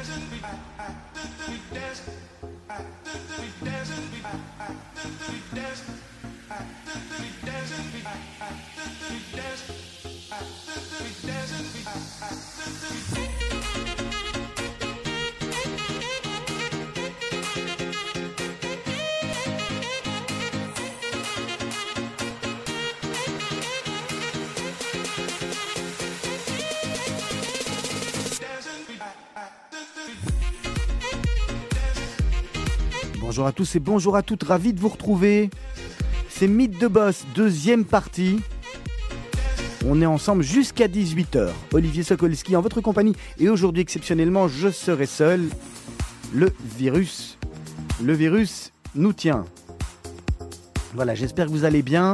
Bonjour à tous et bonjour à toutes, ravi de vous retrouver. C'est Mythe de Boss, deuxième partie. On est ensemble jusqu'à 18h. Olivier Sokolski en votre compagnie. Et aujourd'hui, exceptionnellement, je serai seul. Le virus nous tient. Voilà, j'espère que vous allez bien.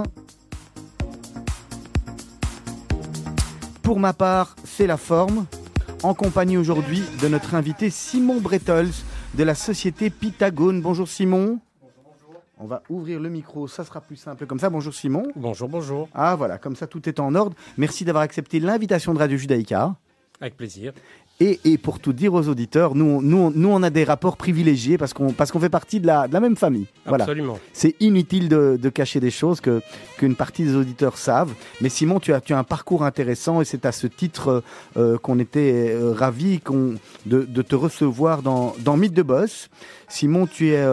Pour ma part, c'est la forme. En compagnie aujourd'hui de notre invité Simon Bretols de la société Pythagone. Bonjour Simon. Bonjour. On va ouvrir le micro, ça sera plus simple comme ça. Bonjour Simon. Bonjour. Ah voilà, comme ça tout est en ordre. Merci d'avoir accepté l'invitation de Radio Judaïka. Avec plaisir. Et pour tout dire aux auditeurs, nous on a des rapports privilégiés parce qu'on fait partie de la même famille. Voilà. Absolument. C'est inutile de cacher des choses qu'une partie des auditeurs savent. Mais Simon, tu as un parcours intéressant et c'est à ce titre qu'on était ravis de te recevoir dans Mythe de Boss. Simon,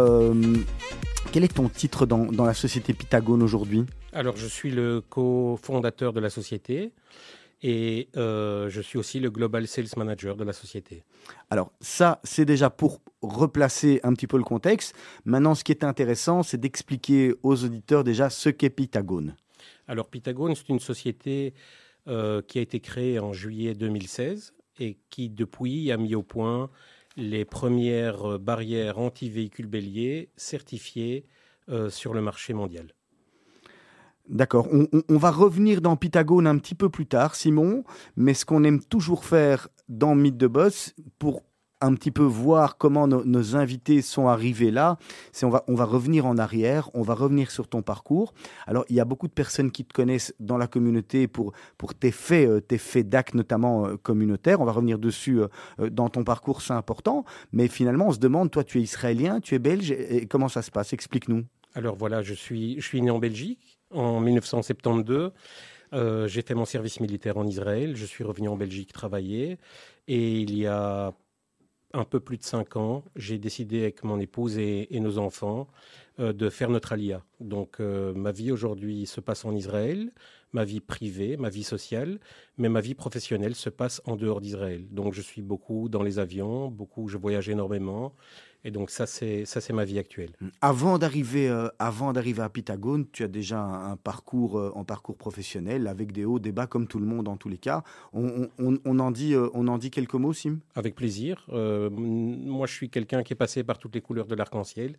quel est ton titre dans la société Pythagone aujourd'hui ? Alors, je suis le cofondateur de la société. Et je suis aussi le Global Sales Manager de la société. Alors ça, c'est déjà pour replacer un petit peu le contexte. Maintenant, ce qui est intéressant, c'est d'expliquer aux auditeurs déjà ce qu'est Pythagone. Alors Pythagone, c'est une société qui a été créée en juillet 2016 et qui, depuis, a mis au point les premières barrières anti-véhicules béliers certifiées sur le marché mondial. D'accord, on va revenir dans Pythagone un petit peu plus tard, Simon, mais ce qu'on aime toujours faire dans Mythe de Boss, pour un petit peu voir comment nos invités sont arrivés là, c'est on va revenir en arrière, on va revenir sur ton parcours. Alors, il y a beaucoup de personnes qui te connaissent dans la communauté pour tes faits d'actes, notamment communautaires. On va revenir dessus dans ton parcours, c'est important. Mais finalement, on se demande, toi, tu es israélien, tu es belge, et comment ça se passe ? Explique-nous. Alors voilà, je suis né en Belgique en 1972. J'ai fait mon service militaire en Israël. Je suis revenu en Belgique travailler. Et il y a un peu plus de 5 ans, j'ai décidé avec mon épouse et nos enfants de faire notre alia. Donc ma vie aujourd'hui se passe en Israël, ma vie privée, ma vie sociale, mais ma vie professionnelle se passe en dehors d'Israël. Donc je suis beaucoup dans les avions, je voyage énormément. Et donc ça c'est ma vie actuelle. Avant d'arriver à Pythagone, tu as déjà un parcours en parcours professionnel avec des hauts, des bas comme tout le monde en tous les cas. On en dit quelques mots, Sim ? Avec plaisir. Moi je suis quelqu'un qui est passé par toutes les couleurs de l'arc-en-ciel.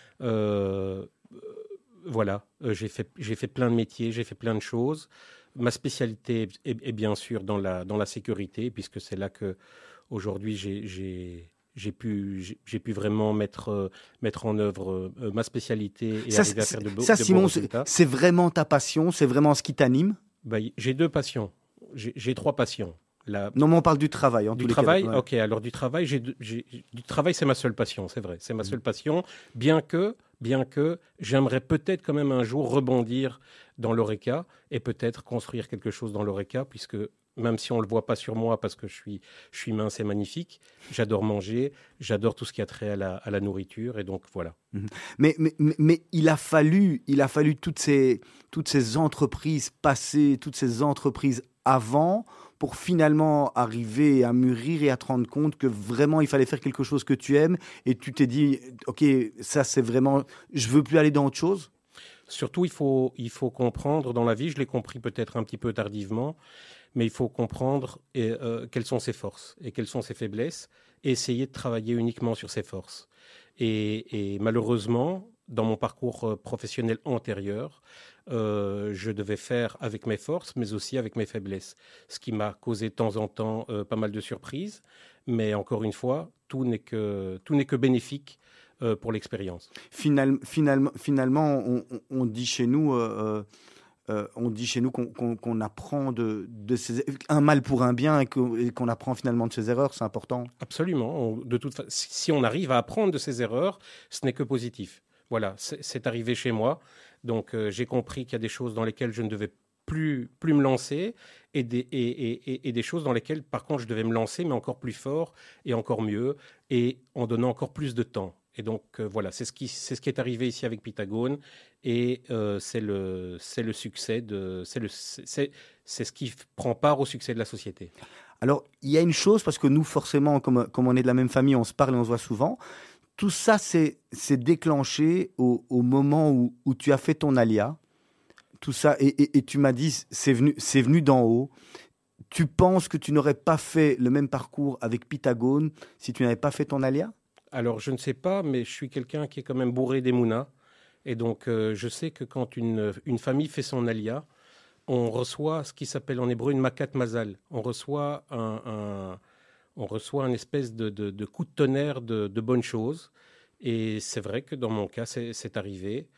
Voilà, j'ai fait plein de métiers, j'ai fait plein de choses. Ma spécialité est bien sûr dans la sécurité, puisque c'est là que aujourd'hui j'ai pu vraiment mettre en œuvre ma spécialité et arriver à faire de beaux résultats. C'est vraiment ta passion, c'est vraiment ce qui t'anime ? J'ai 2 passions, j'ai 3 passions. Non, mais on parle du travail. Du travail, ouais. Ok. Alors du travail, du travail, c'est ma seule passion, c'est vrai. C'est ma seule passion, bien que j'aimerais peut-être quand même un jour rebondir dans l'Horeca et peut-être construire quelque chose dans l'Horeca, puisque même si on le voit pas sur moi parce que je suis mince et magnifique, j'adore manger, j'adore tout ce qui a trait à la nourriture, et donc voilà. Mais il a fallu toutes ces entreprises passées, toutes ces entreprises avant, pour finalement arriver à mûrir et à te rendre compte que vraiment il fallait faire quelque chose que tu aimes, et tu t'es dit ok, ça c'est vraiment, je veux plus aller dans autre chose. Surtout il faut comprendre dans la vie, je l'ai compris peut-être un petit peu tardivement, mais il faut comprendre quelles sont ses forces et quelles sont ses faiblesses, et essayer de travailler uniquement sur ses forces. Et malheureusement, dans mon parcours professionnel antérieur, je devais faire avec mes forces, mais aussi avec mes faiblesses. Ce qui m'a causé de temps en temps pas mal de surprises. Mais encore une fois, tout n'est que bénéfique pour l'expérience. Finalement, on dit chez nous, On dit chez nous qu'on apprend un mal pour un bien et qu'on apprend finalement de ses erreurs, c'est important. Absolument. De toute façon, si on arrive à apprendre de ses erreurs, ce n'est que positif. Voilà, c'est arrivé chez moi. Donc, j'ai compris qu'il y a des choses dans lesquelles je ne devais plus me lancer et des choses dans lesquelles, par contre, je devais me lancer, mais encore plus fort et encore mieux et en donnant encore plus de temps. Et donc, voilà, c'est ce qui est arrivé ici avec Pythagone et c'est le succès c'est ce qui prend part au succès de la société. Alors, il y a une chose, parce que nous, forcément, comme on est de la même famille, on se parle et on se voit souvent. Tout ça, c'est déclenché au moment où tu as fait ton alia. Tout ça, et tu m'as dit, c'est venu d'en haut. Tu penses que tu n'aurais pas fait le même parcours avec Pythagone si tu n'avais pas fait ton alia? Alors, je ne sais pas, mais je suis quelqu'un qui est quand même bourré d'émouna. Et donc, je sais que quand une famille fait son alia, on reçoit ce qui s'appelle en hébreu une makat mazal. On reçoit un espèce de coup de tonnerre de bonnes choses. Et c'est vrai que dans mon cas, c'est arrivé.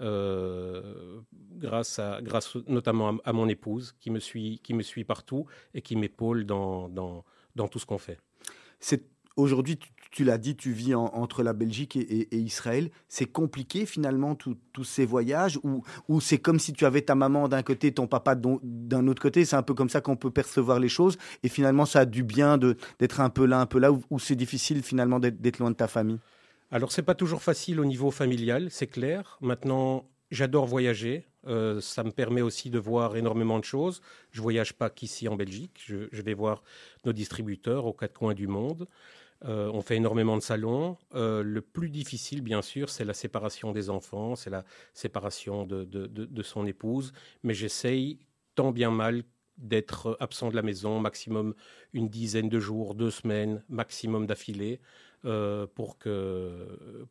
Grâce notamment à mon épouse qui me suit partout et qui m'épaule dans tout ce qu'on fait. Aujourd'hui, tu l'as dit, tu vis entre la Belgique et Israël. C'est compliqué finalement tous ces voyages ou c'est comme si tu avais ta maman d'un côté, ton papa d'un autre côté. C'est un peu comme ça qu'on peut percevoir les choses. Et finalement, ça a du bien d'être un peu là, ou c'est difficile finalement d'être loin de ta famille. Alors, c'est pas toujours facile au niveau familial, c'est clair. Maintenant, j'adore voyager. Ça me permet aussi de voir énormément de choses. Je voyage pas qu'ici en Belgique. Je vais voir nos distributeurs aux quatre coins du monde. On fait énormément de salons. Le plus difficile, bien sûr, c'est la séparation des enfants, c'est la séparation de son épouse. Mais j'essaye tant bien mal d'être absent de la maison, maximum une dizaine de jours, 2 semaines, maximum d'affilée, pour que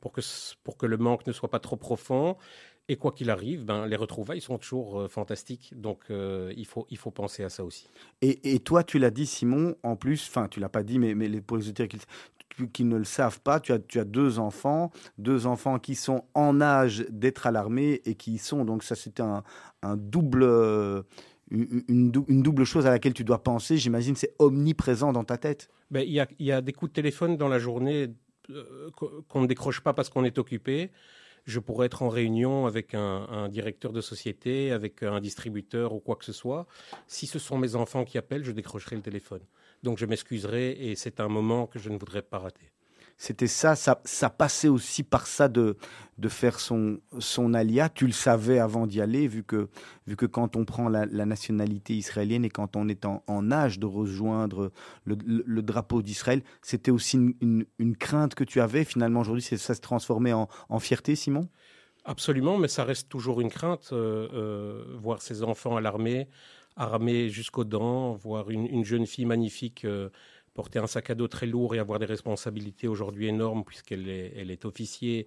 le manque ne soit pas trop profond. Et quoi qu'il arrive, les retrouvailles sont toujours fantastiques. Donc, il faut penser à ça aussi. Et toi, tu l'as dit, Simon, en plus, enfin, tu l'as pas dit, mais pour les auditeurs qui ne le savent pas, tu as 2 enfants qui sont en âge d'être à l'armée et qui y sont. Donc, ça, c'était un double. Une double chose à laquelle tu dois penser, j'imagine, c'est omniprésent dans ta tête. Il y a des coups de téléphone dans la journée qu'on ne décroche pas parce qu'on est occupé. Je pourrais être en réunion avec un directeur de société, avec un distributeur ou quoi que ce soit. Si ce sont mes enfants qui appellent, je décrocherai le téléphone. Donc je m'excuserai et c'est un moment que je ne voudrais pas rater. C'était ça passait aussi par ça de faire son alia. Tu le savais avant d'y aller, vu que quand on prend la nationalité israélienne et quand on est en âge de rejoindre le drapeau d'Israël, c'était aussi une crainte que tu avais. Finalement, aujourd'hui, ça se transformait en fierté, Simon? Absolument, mais ça reste toujours une crainte. Voir ses enfants à l'armée, armés jusqu'aux dents, voir une jeune fille magnifique porter un sac à dos très lourd et avoir des responsabilités aujourd'hui énormes puisqu'elle est officier,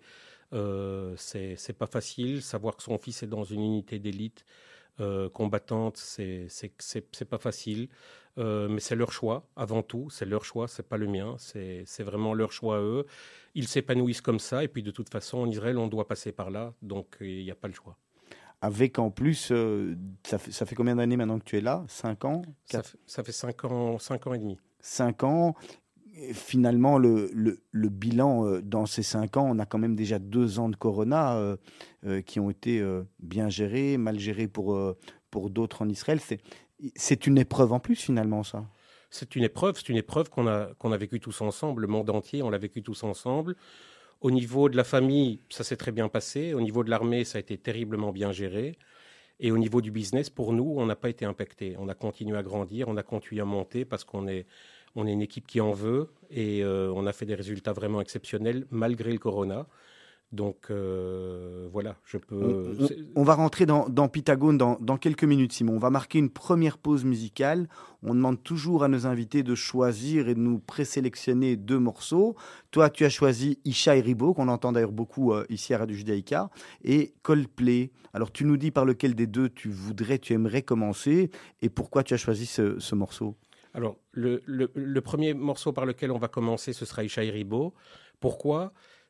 c'est pas facile. Savoir que son fils est dans une unité d'élite combattante, c'est pas facile. Mais c'est leur choix, avant tout. C'est leur choix, c'est pas le mien. C'est vraiment leur choix à eux. Ils s'épanouissent comme ça. Et puis de toute façon, en Israël, on doit passer par là. Donc il n'y a pas le choix. Avec en plus, ça fait combien d'années maintenant que tu es là? 5 ans? Ça fait 5 ans et demi. 5 ans. Et finalement, le bilan dans ces 5 ans, on a quand même déjà 2 ans de corona qui ont été bien gérés, mal gérés pour d'autres en Israël. C'est une épreuve en plus, finalement, ça. C'est une épreuve qu'on a vécue tous ensemble. Le monde entier, on l'a vécu tous ensemble. Au niveau de la famille, ça s'est très bien passé. Au niveau de l'armée, ça a été terriblement bien géré. Et au niveau du business, pour nous, on n'a pas été impacté. On a continué à grandir, on a continué à monter parce qu'on est une équipe qui en veut et on a fait des résultats vraiment exceptionnels malgré le corona. Donc voilà, je peux... On va rentrer dans Pythagone dans quelques minutes, Simon. On va marquer une première pause musicale. On demande toujours à nos invités de choisir et de nous présélectionner 2 morceaux. Toi, tu as choisi Isha et Ribo, qu'on entend d'ailleurs beaucoup ici à Radio Judaïka, et Coldplay. Alors, tu nous dis par lequel des 2 tu aimerais commencer et pourquoi tu as choisi ce morceau. Alors, le premier morceau par lequel on va commencer, ce sera Isha et Ribo. Pourquoi ?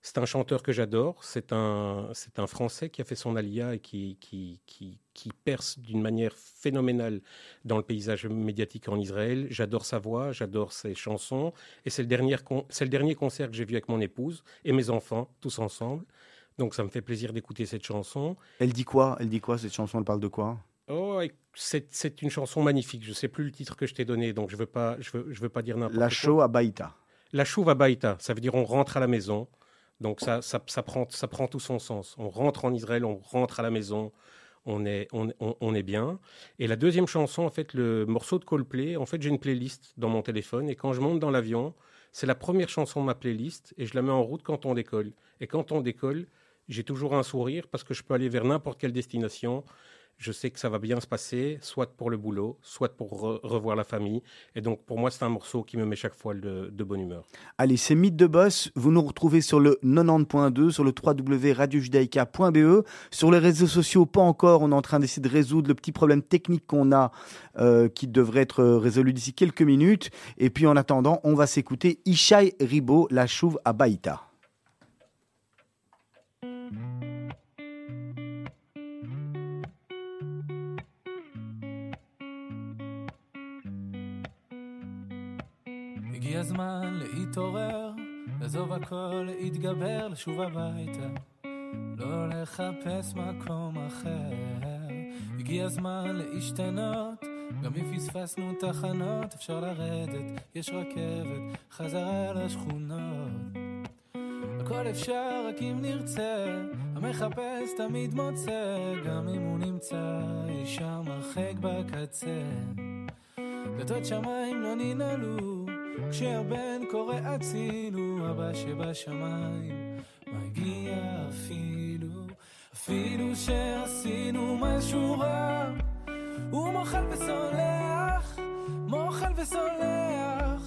C'est un chanteur que j'adore. C'est un Français qui a fait son Alia et qui perce d'une manière phénoménale dans le paysage médiatique en Israël. J'adore sa voix, j'adore ses chansons. Et c'est le dernier concert que j'ai vu avec mon épouse et mes enfants, tous ensemble. Donc ça me fait plaisir d'écouter cette chanson. Elle dit quoi cette chanson? Elle parle de quoi? Oh, c'est une chanson magnifique. Je ne sais plus le titre que je t'ai donné, donc je veux pas dire n'importe quoi. La Chouva Baïta. La Chouva Baïta, ça veut dire on rentre à la maison. Donc ça prend tout son sens. On rentre en Israël, on rentre à la maison, on est bien. Et la deuxième chanson, en fait, le morceau de Coldplay, en fait, j'ai une playlist dans mon téléphone. Et quand je monte dans l'avion, c'est la première chanson de ma playlist et je la mets en route quand on décolle. Et quand on décolle, j'ai toujours un sourire parce que je peux aller vers n'importe quelle destination. Je sais que ça va bien se passer, soit pour le boulot, soit pour revoir la famille. Et donc, pour moi, c'est un morceau qui me met chaque fois de bonne humeur. Allez, c'est Mythes de Boss. Vous nous retrouvez sur le 90.2, sur le www.radiojudaïka.be. Sur les réseaux sociaux, pas encore. On est en train d'essayer de résoudre le petit problème technique qu'on a, qui devrait être résolu d'ici quelques minutes. Et puis, en attendant, on va s'écouter Ishaï Ribo, La Chouva Baïta. הגיע הזמן להתעורר, לעזוב הכל, להתגבר, לשוב הביתה, לא לחפש מקום אחר. הגיע הזמן להשתנות, גם אם פספסנו תחנות, אפשר לרדת, יש רכבת, חזרה לשכונות. הכל אפשר רק אם נרצה, המחפש תמיד מוצא, גם אם הוא נמצא שם הרחק בקצה. דלתות שמיים לא ננעלו, כשהבן קורא הצילו, אבא שבשמיים מגיע אפילו שעשינו משהו רע, הוא מוחל וסולח,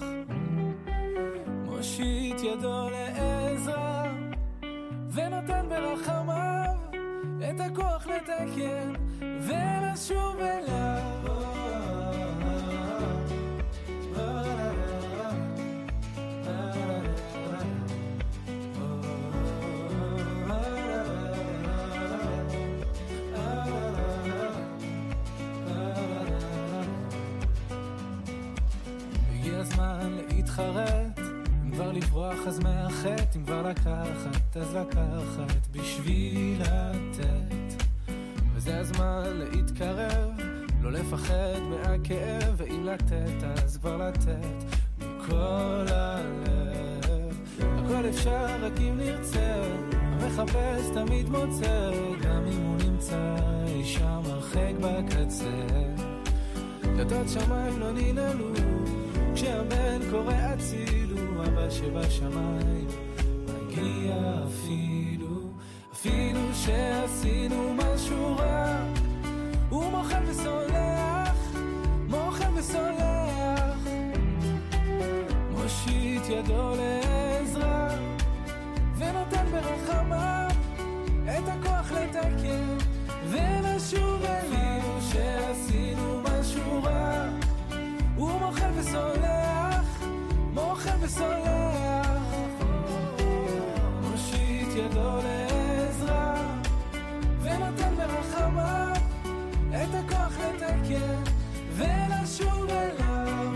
מושיט ידו לעזרה ונותן ברחמיו את הכוח לתקן ולשוב אליו. להתחרט, אם כבר לברוח אז מאחת, אם כבר לקחת אז לקחת בשביל לתת, וזה הזמן להתקרב, לא לפחד מהכאב, ואם לתת אז כבר לתת מכל הלב. הכל אפשר רק אם נרצה, המחפש תמיד מוצא, גם אם הוא נמצא שם הרחק בקצה. דלתות שמיים לא ננעלו, כשהבן קורא הצילו, אבא שבשמיים מגיע אפילו שעשינו משהו רע, הוא מוחל וסולח, מושיט ידו לעזרה ונותן ברחמיו את הכוח לתקן ולשוב אליו. שעשינו משהו רע, הוא מוחל וסולח, מושיט ידו לעזרה ונותן ברחמיו את הכוח לתקן ולשוב אליו.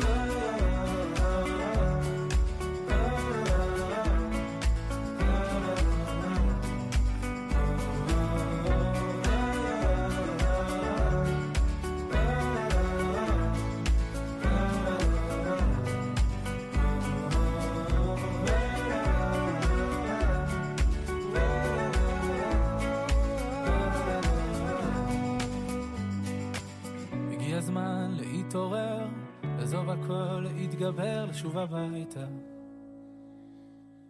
לעזוב הכל, להתגבר, לשוב הביתה.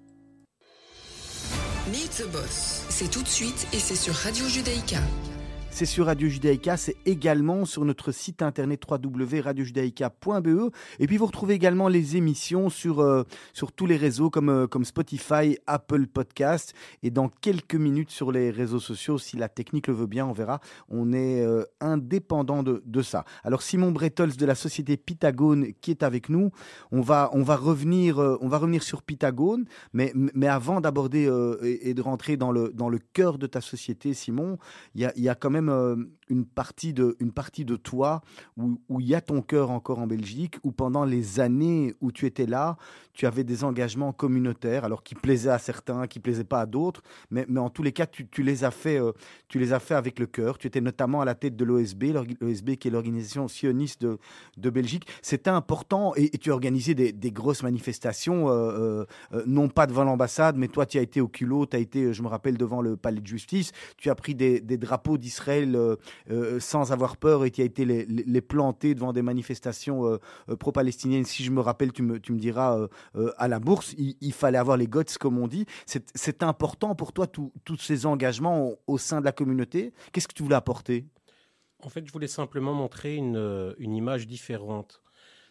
Meet the Boss, c'est tout de suite et c'est sur Radio Judaïka. c'est sur Radio Judaïka, c'est également sur notre site internet www.radiojudaïka.be. Et puis vous retrouvez également les émissions sur tous les réseaux comme Spotify, Apple Podcast, et dans quelques minutes sur les réseaux sociaux, si la technique le veut bien, on verra. On est indépendant de ça. Alors Simon Bretols de la société Pythagone qui est avec nous, on va revenir sur Pythagone, mais avant d'aborder et de rentrer dans le cœur de ta société, Simon, il y a quand même une partie de toi où il y a ton cœur encore en Belgique, où pendant les années où tu étais là, tu avais des engagements communautaires, alors qui plaisaient à certains, qui plaisaient pas à d'autres, mais en tous les cas, tu les as fait avec le cœur. Tu étais notamment à la tête de l'OSB, l'OSB qui est l'organisation sioniste de Belgique. C'était important et tu as organisé des grosses manifestations, non pas devant l'ambassade, mais toi, tu as été au culot, tu as été, je me rappelle, devant le palais de justice, tu as pris des drapeaux d'Israël sans avoir peur et tu as été les planter devant des manifestations pro-palestiniennes. Si je me rappelle, tu me diras à la bourse, il fallait avoir les guts, comme on dit. C'est important pour toi, tous ces engagements au sein de la communauté. Qu'est-ce que tu voulais apporter ? En fait, je voulais simplement montrer une image différente.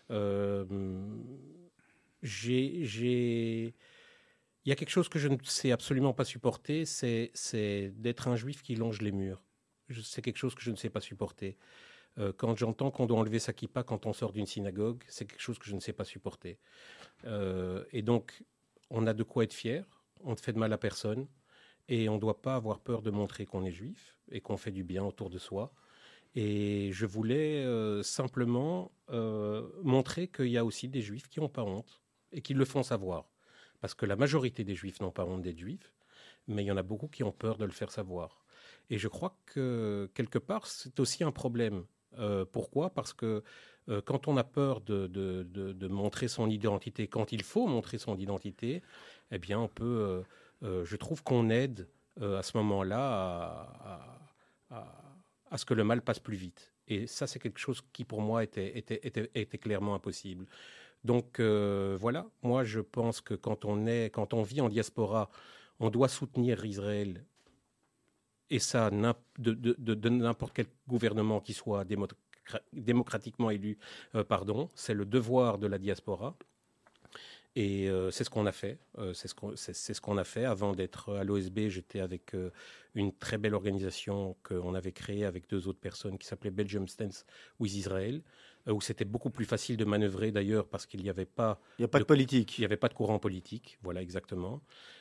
Il y a quelque chose que je ne sais absolument pas supporter, c'est d'être un juif qui longe les murs. C'est quelque chose que je ne sais pas supporter. Quand j'entends qu'on doit enlever sa kippa quand on sort d'une synagogue, c'est quelque chose que je ne sais pas supporter. Et donc, on a de quoi être fier, on ne fait de mal à personne, et on ne doit pas avoir peur de montrer qu'on est juif et qu'on fait du bien autour de soi. Et je voulais simplement montrer qu'il y a aussi des juifs qui n'ont pas honte et qui le font savoir. Parce que la majorité des juifs n'ont pas honte d'être juifs, mais il y en a beaucoup qui ont peur de le faire savoir. Et je crois que, quelque part, c'est aussi un problème. Pourquoi ? Parce que quand on a peur de montrer son identité, quand il faut montrer son identité, eh bien, on peut... je trouve qu'on aide à ce moment-là à ce que le mal passe plus vite. Et ça, c'est quelque chose qui, pour moi, était clairement impossible. Donc, voilà. Moi, je pense que quand on vit en diaspora, on doit soutenir Israël. Et ça, de n'importe quel gouvernement qui soit démocratiquement élu, c'est le devoir de la diaspora. Et c'est ce qu'on a fait. C'est ce qu'on a fait. Avant d'être à l'OSB, j'étais avec une très belle organisation qu'on avait créée avec 2 autres personnes qui s'appelait Belgium Stands with Israel, où c'était beaucoup plus facile de manœuvrer d'ailleurs parce qu'il n'y avait pas... Il n'y a pas de politique. Il n'y avait pas de courant politique, voilà exactement.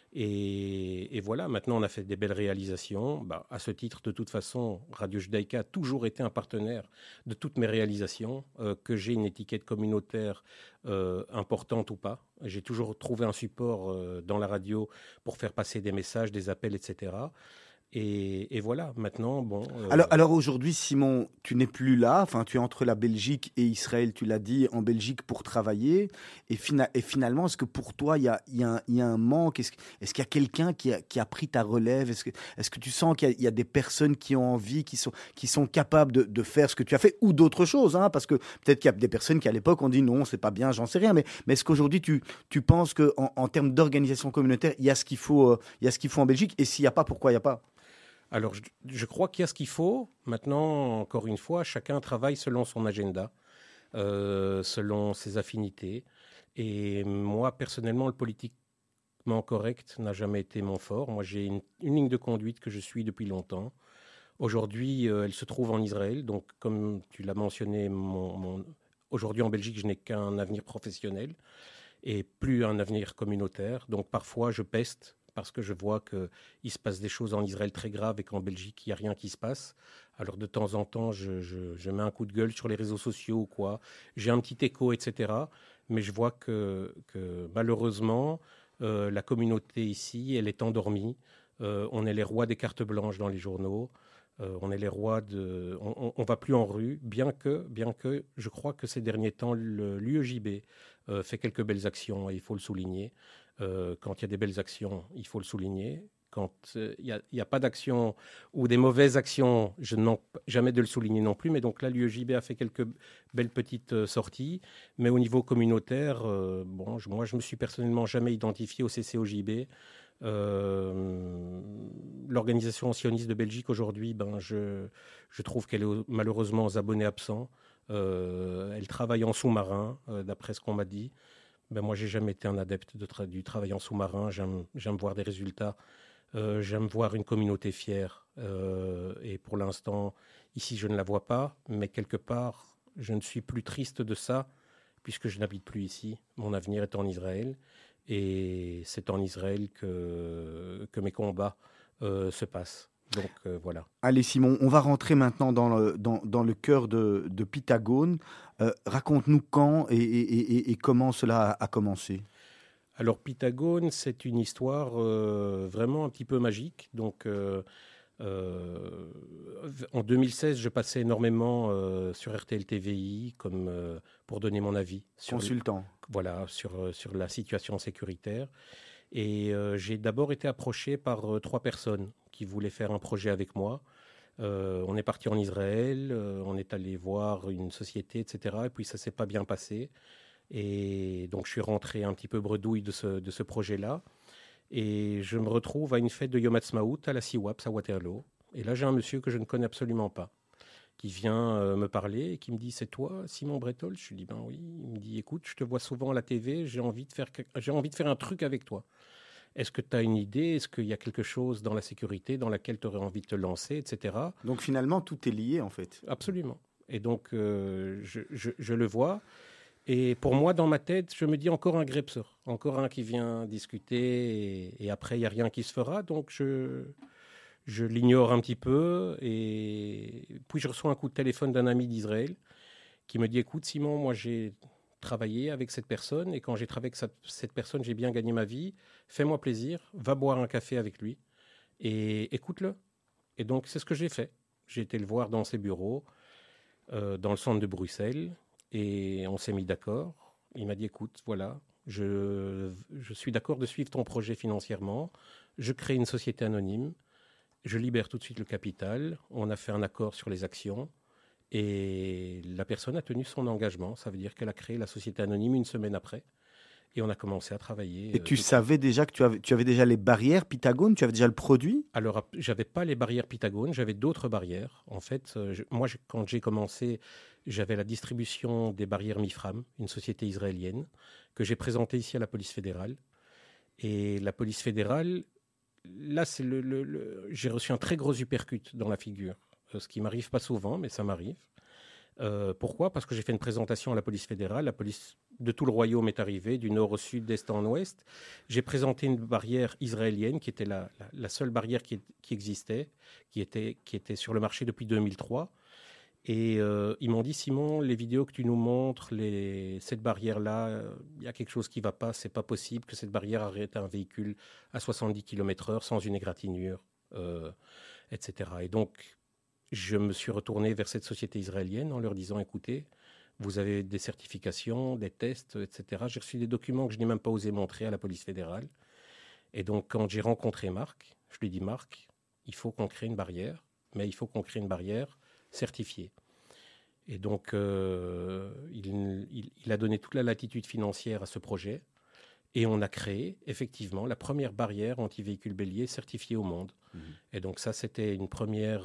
Et voilà, maintenant on a fait des belles réalisations. À ce titre, de toute façon, Radio Judaïka a toujours été un partenaire de toutes mes réalisations, que j'ai une étiquette communautaire importante ou pas. J'ai toujours trouvé un support dans la radio pour faire passer des messages, des appels, etc. Et voilà, maintenant, bon... Alors aujourd'hui, Simon, tu n'es plus là, enfin, tu es entre la Belgique et Israël, tu l'as dit, en Belgique pour travailler. Et finalement, est-ce que pour toi, il y a un manque ? Est-ce qu'il y a quelqu'un qui a pris ta relève ? Est-ce que tu sens qu'il y a des personnes qui ont envie, qui sont capables de faire ce que tu as fait ou d'autres choses, hein ? Parce que peut-être qu'il y a des personnes qui, à l'époque, ont dit non, c'est pas bien, j'en sais rien. Mais est-ce qu'aujourd'hui, tu penses qu'en termes d'organisation communautaire, il y a ce qu'il faut en Belgique ? Et s'il n'y a pas, pourquoi il n'y a pas ? Alors, je crois qu'il y a ce qu'il faut. Maintenant, encore une fois, chacun travaille selon son agenda, selon ses affinités. Et moi, personnellement, le politiquement correct n'a jamais été mon fort. Moi, j'ai une ligne de conduite que je suis depuis longtemps. Aujourd'hui, elle se trouve en Israël. Donc, comme tu l'as mentionné, aujourd'hui en Belgique, je n'ai qu'un avenir professionnel et plus un avenir communautaire. Donc, parfois, je peste parce que je vois qu'il se passe des choses en Israël très graves et qu'en Belgique, il n'y a rien qui se passe. Alors, de temps en temps, je mets un coup de gueule sur les réseaux sociaux ou quoi. J'ai un petit écho, etc. Mais je vois que malheureusement, la communauté ici, elle est endormie. On est les rois des cartes blanches dans les journaux. On est les rois de... On va plus en rue, bien que je crois que ces derniers temps, l'UEJB fait quelques belles actions et il faut le souligner. Quand il y a des belles actions, il faut le souligner. Quand il n'y a pas d'action ou des mauvaises actions, je ne manque jamais de le souligner non plus. Mais donc là, l'UEJB a fait quelques belles petites sorties. Mais au niveau communautaire, moi, je me suis personnellement jamais identifié au CCOJB. L'organisation sioniste de Belgique aujourd'hui, je trouve qu'elle est malheureusement aux abonnés absents. Elle travaille en sous-marin, d'après ce qu'on m'a dit. Moi, j'ai jamais été un adepte du travail en sous-marin. J'aime voir des résultats. J'aime voir une communauté fière. Et pour l'instant, ici, je ne la vois pas. Mais quelque part, je ne suis plus triste de ça, puisque je n'habite plus ici. Mon avenir est en Israël. Et c'est en Israël que mes combats se passent. Donc voilà. Allez Simon, on va rentrer maintenant dans le cœur de Pitagone. Raconte-nous quand et comment cela a commencé. Alors Pitagone, c'est une histoire vraiment un petit peu magique. Donc en 2016, je passais énormément sur RTL TVI pour donner mon avis. Consultant. Sur la situation sécuritaire. Et j'ai d'abord été approché par 3 personnes qui voulaient faire un projet avec moi. On est parti en Israël, on est allé voir une société, etc. Et puis ça ne s'est pas bien passé. Et donc je suis rentré un petit peu bredouille de ce projet-là. Et je me retrouve à une fête de Yom Ha'atzmaut à la CIWAPS à Waterloo. Et là j'ai un monsieur que je ne connais absolument pas, qui vient me parler et qui me dit « C'est toi, Simon Bretol ?» Je lui dis « Ben oui ». Il me dit « Écoute, je te vois souvent à la TV, j'ai envie de faire un truc avec toi. Est-ce que tu as une idée? Est-ce qu'il y a quelque chose dans la sécurité dans laquelle tu aurais envie de te lancer, etc. » Donc finalement, tout est lié en fait. Absolument. Et donc, je le vois. Et pour moi, dans ma tête, je me dis encore un Grepser, encore un qui vient discuter et après, il n'y a rien qui se fera. Donc, je l'ignore un petit peu. Et puis, je reçois un coup de téléphone d'un ami d'Israël qui me dit « Écoute, Simon, moi, j'ai travaillé avec cette personne et quand j'ai travaillé avec cette personne, j'ai bien gagné ma vie. Fais-moi plaisir, va boire un café avec lui et écoute-le. » Et donc, c'est ce que j'ai fait. J'ai été le voir dans ses bureaux, dans le centre de Bruxelles, et on s'est mis d'accord. Il m'a dit, écoute, voilà, je suis d'accord de suivre ton projet financièrement. Je crée une société anonyme. Je libère tout de suite le capital. On a fait un accord sur les actions. Et la personne a tenu son engagement. Ça veut dire qu'elle a créé la société anonyme une semaine après. Et on a commencé à travailler. Et tu savais déjà que tu avais déjà les barrières Pitagone? Tu avais déjà le produit? Alors, je n'avais pas les barrières Pitagone, j'avais d'autres barrières. En fait, quand j'ai commencé, j'avais la distribution des barrières Mifram, une société israélienne, que j'ai présentée ici à la police fédérale. Et la police fédérale, là, j'ai reçu un très gros uppercut dans la figure. Ce qui ne m'arrive pas souvent, mais ça m'arrive. Pourquoi? Parce que j'ai fait une présentation à la police fédérale. La police de tout le royaume est arrivée, du nord au sud, d'est en ouest. J'ai présenté une barrière israélienne qui était la seule barrière qui existait, qui était sur le marché depuis 2003. Et ils m'ont dit, Simon, les vidéos que tu nous montres, cette barrière-là, il y a quelque chose qui ne va pas. C'est pas possible que cette barrière arrête un véhicule à 70 km/h sans une égratignure, etc. Et donc, je me suis retourné vers cette société israélienne en leur disant, écoutez, vous avez des certifications, des tests, etc. J'ai reçu des documents que je n'ai même pas osé montrer à la police fédérale. Et donc, quand j'ai rencontré Marc, je lui ai dit, Marc, il faut qu'on crée une barrière, mais il faut qu'on crée une barrière certifiée. Et donc, il a donné toute la latitude financière à ce projet. Et on a créé, effectivement, la première barrière anti-véhicule bélier certifiée au monde. Mmh. Et donc ça, c'était une première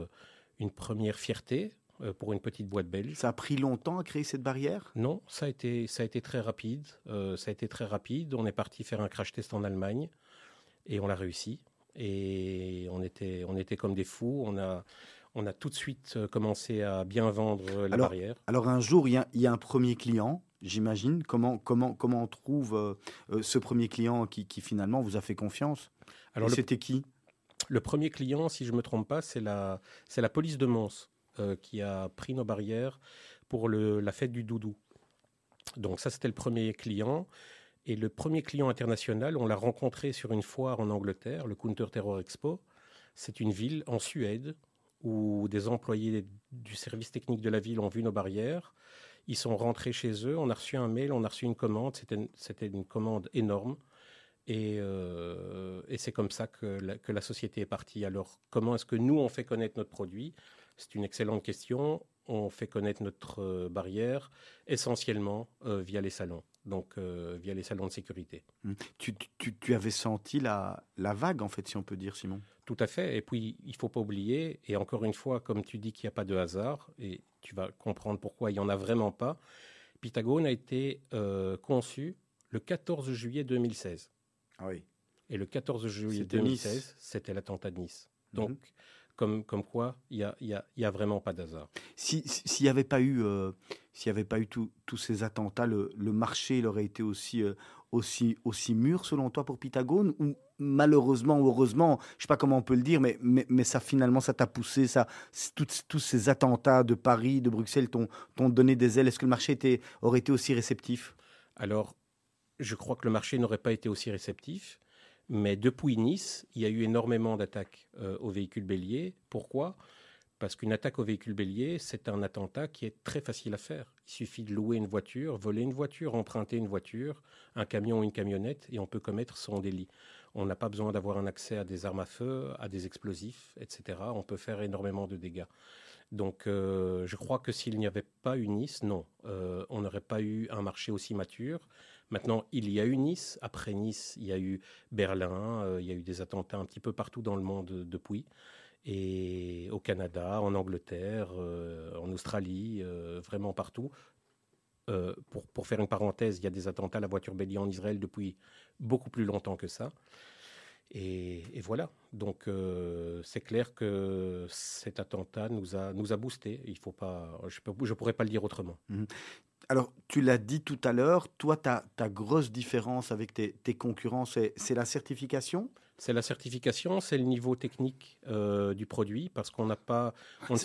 fierté pour une petite boîte belge. Ça a pris longtemps à créer cette barrière? Non, ça a été très rapide. On est parti faire un crash test en Allemagne et on l'a réussi. Et on était comme des fous. On a tout de suite commencé à bien vendre la barrière. Alors un jour, il y a un premier client. J'imagine. Comment on trouve ce premier client qui finalement vous a fait confiance? Alors c'était qui? Le premier client, si je ne me trompe pas, c'est la police de Mons qui a pris nos barrières pour la fête du doudou. Donc ça, c'était le premier client. Et le premier client international, on l'a rencontré sur une foire en Angleterre, le Counter Terror Expo. C'est une ville en Suède où des employés du service technique de la ville ont vu nos barrières. Ils sont rentrés chez eux, on a reçu un mail, on a reçu une commande. C'était une commande énorme. Et c'est comme ça que la société est partie. Alors, comment est-ce que nous, on fait connaître notre produit? C'est une excellente question. On fait connaître notre barrière essentiellement via les salons, donc via les salons de sécurité. Tu tu avais senti la vague, en fait, si on peut dire, Simon. Tout à fait. Et puis, il ne faut pas oublier, et encore une fois, comme tu dis qu'il n'y a pas de hasard, et tu vas comprendre pourquoi il n'y en a vraiment pas, Pythagone a été conçu le 14 juillet 2016. Ah oui. Et le 14 juillet C'était 2016, Nice. c'était l'attentat de Nice. Donc, comme quoi, il y a vraiment pas d'hasard. S'il n'y avait pas eu, tous ces attentats, le marché il aurait été aussi mûr, selon toi, pour Pythagone, ou malheureusement ou heureusement, je ne sais pas comment on peut le dire, mais ça, finalement, ça t'a poussé, tous ces attentats de Paris, de Bruxelles t'ont donné des ailes. Est-ce que le marché aurait été aussi réceptif? Alors, je crois que le marché n'aurait pas été aussi réceptif. Mais depuis Nice, il y a eu énormément d'attaques aux véhicules béliers. Pourquoi ? Parce qu'une attaque au véhicule bélier, c'est un attentat qui est très facile à faire. Il suffit de louer une voiture, voler une voiture, emprunter une voiture, un camion ou une camionnette, et on peut commettre son délit. On n'a pas besoin d'avoir un accès à des armes à feu, à des explosifs, etc. On peut faire énormément de dégâts. Donc, je crois que s'il n'y avait pas eu Nice, non, on n'aurait pas eu un marché aussi mature. Maintenant, il y a eu Nice. Après Nice, il y a eu Berlin. Il y a eu des attentats un petit peu partout dans le monde depuis. Et au Canada, en Angleterre, en Australie, vraiment partout. Pour faire une parenthèse, il y a des attentats à la voiture bélier en Israël depuis beaucoup plus longtemps que ça. Et voilà. Donc, c'est clair que cet attentat nous a boosté. Il faut pas, je ne pourrais pas le dire autrement. Alors, tu l'as dit tout à l'heure, toi, ta grosse différence avec tes concurrents, c'est la certification? C'est la certification, c'est le niveau technique du produit, parce qu'on n'a pas...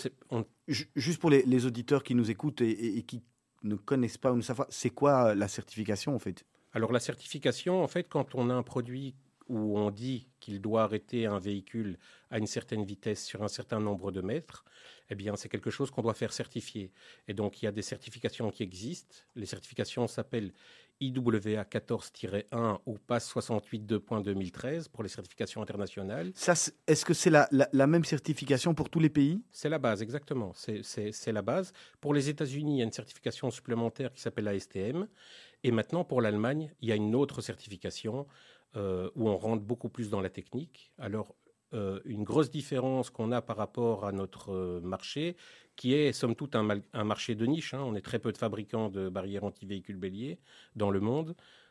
Juste pour les auditeurs qui nous écoutent et qui ne connaissent pas ou ne savent pas, c'est quoi la certification, en fait? Alors, la certification, en fait, quand on a un produit où on dit qu'il doit arrêter un véhicule à une certaine vitesse sur un certain nombre de mètres, eh bien, c'est quelque chose qu'on doit faire certifier. Et donc, il y a des certifications qui existent. Les certifications s'appellent IWA 14-1 ou PAS 68.2.2013 pour les certifications internationales. Est-ce que c'est la même certification pour tous les pays? C'est la base, exactement. C'est la base. Pour les États-Unis, il y a une certification supplémentaire qui s'appelle ASTM. Et maintenant, pour l'Allemagne, il y a une autre certification où on rentre beaucoup plus dans la technique. Alors, une grosse différence qu'on a par rapport à notre marché, qui est somme toute un marché de niche. On est très peu de fabricants de barrières anti-véhicules béliers dans le monde.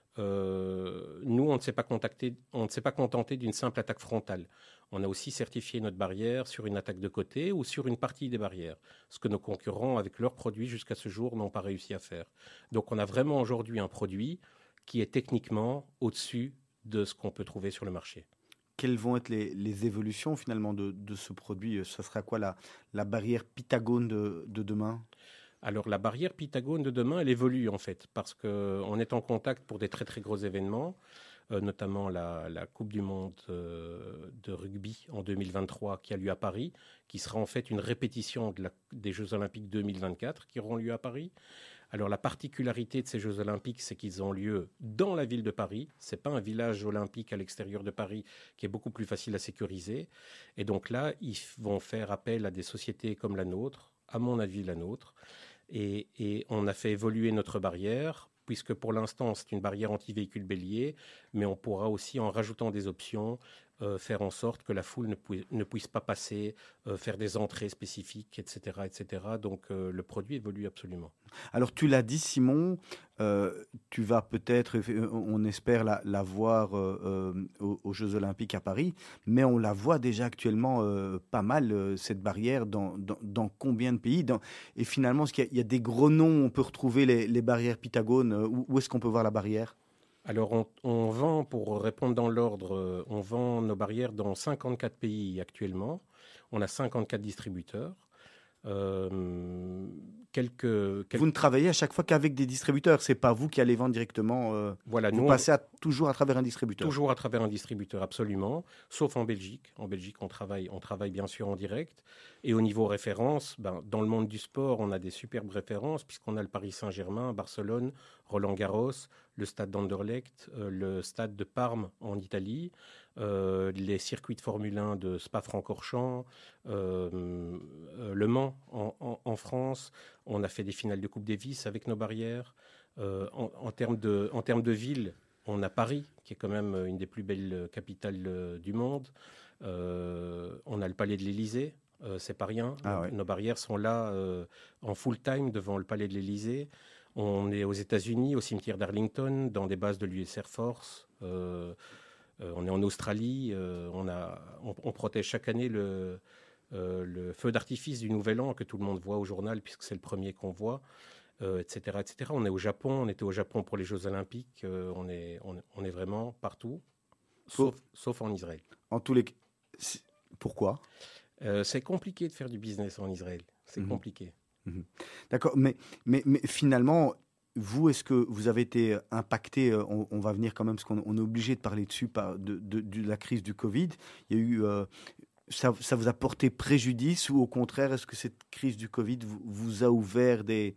Nous, on ne s'est pas contenté d'une simple attaque frontale. On a aussi certifié notre barrière sur une attaque de côté ou sur une partie des barrières, ce que nos concurrents, avec leurs produits jusqu'à ce jour, n'ont pas réussi à faire. Donc, on a vraiment aujourd'hui un produit qui est techniquement au-dessus de ce qu'on peut trouver sur le marché. Quelles vont être les évolutions finalement de ce produit? Ça sera quoi la barrière Pythagone de demain? Alors la barrière Pythagone de demain, elle évolue en fait, parce qu'on est en contact pour des très très gros événements, notamment la Coupe du Monde de rugby en 2023 qui a lieu à Paris, qui sera en fait une répétition des Jeux Olympiques 2024 qui auront lieu à Paris. Alors la particularité de ces Jeux Olympiques, c'est qu'ils ont lieu dans la ville de Paris. C'est pas un village olympique à l'extérieur de Paris qui est beaucoup plus facile à sécuriser. Et donc là, ils vont faire appel à des sociétés comme la nôtre, à mon avis la nôtre. Et on a fait évoluer notre barrière, puisque pour l'instant, c'est une barrière anti-véhicule bélier, mais on pourra aussi, en rajoutant des options, faire en sorte que la foule ne puisse pas passer, faire des entrées spécifiques, etc. etc. Donc le produit évolue absolument. Alors tu l'as dit Simon, tu vas peut-être, on espère la voir aux Jeux Olympiques à Paris, mais on la voit déjà actuellement pas mal, cette barrière, dans combien de pays et finalement, est-ce qu'il y a des gros noms où on peut retrouver les barrières Pythagone? Où est-ce qu'on peut voir la barrière? Alors, on vend, pour répondre dans l'ordre, on vend nos barrières dans 54 pays actuellement. On a 54 distributeurs. Vous ne travaillez à chaque fois qu'avec des distributeurs. C'est pas vous qui allez vendre directement. Voilà, vous passez toujours à travers un distributeur. Toujours à travers un distributeur, absolument. Sauf en Belgique. En Belgique, on travaille bien sûr en direct. Et au niveau référence, dans le monde du sport, on a des superbes références puisqu'on a le Paris Saint-Germain, Barcelone, Roland-Garros, le stade d'Anderlecht, le stade de Parme en Italie, les circuits de Formule 1 de Spa-Francorchamps, Le Mans en France. On a fait des finales de Coupe Davis avec nos barrières. En termes de villes, On a Paris, qui est quand même une des plus belles capitales du monde. On a le Palais de l'Élysée, c'est pas rien. Nos barrières sont là en full-time devant le Palais de l'Élysée. On est aux États-Unis, au cimetière d'Arlington, dans des bases de l'US Air Force. On est en Australie. On protège chaque année le feu d'artifice du Nouvel An que tout le monde voit au journal, puisque c'est le premier qu'on voit, etc., etc. On est au Japon. On était au Japon pour les Jeux Olympiques. On est vraiment partout, sauf en Israël. En tous les... Pourquoi ? C'est compliqué de faire du business en Israël. C'est compliqué. D'accord, mais finalement, vous, est-ce que vous avez été impacté, on va venir quand même, parce qu'on est obligé de parler dessus, de la crise du Covid. Il y a eu, ça vous a porté préjudice, ou au contraire, est-ce que cette crise du Covid vous a ouvert des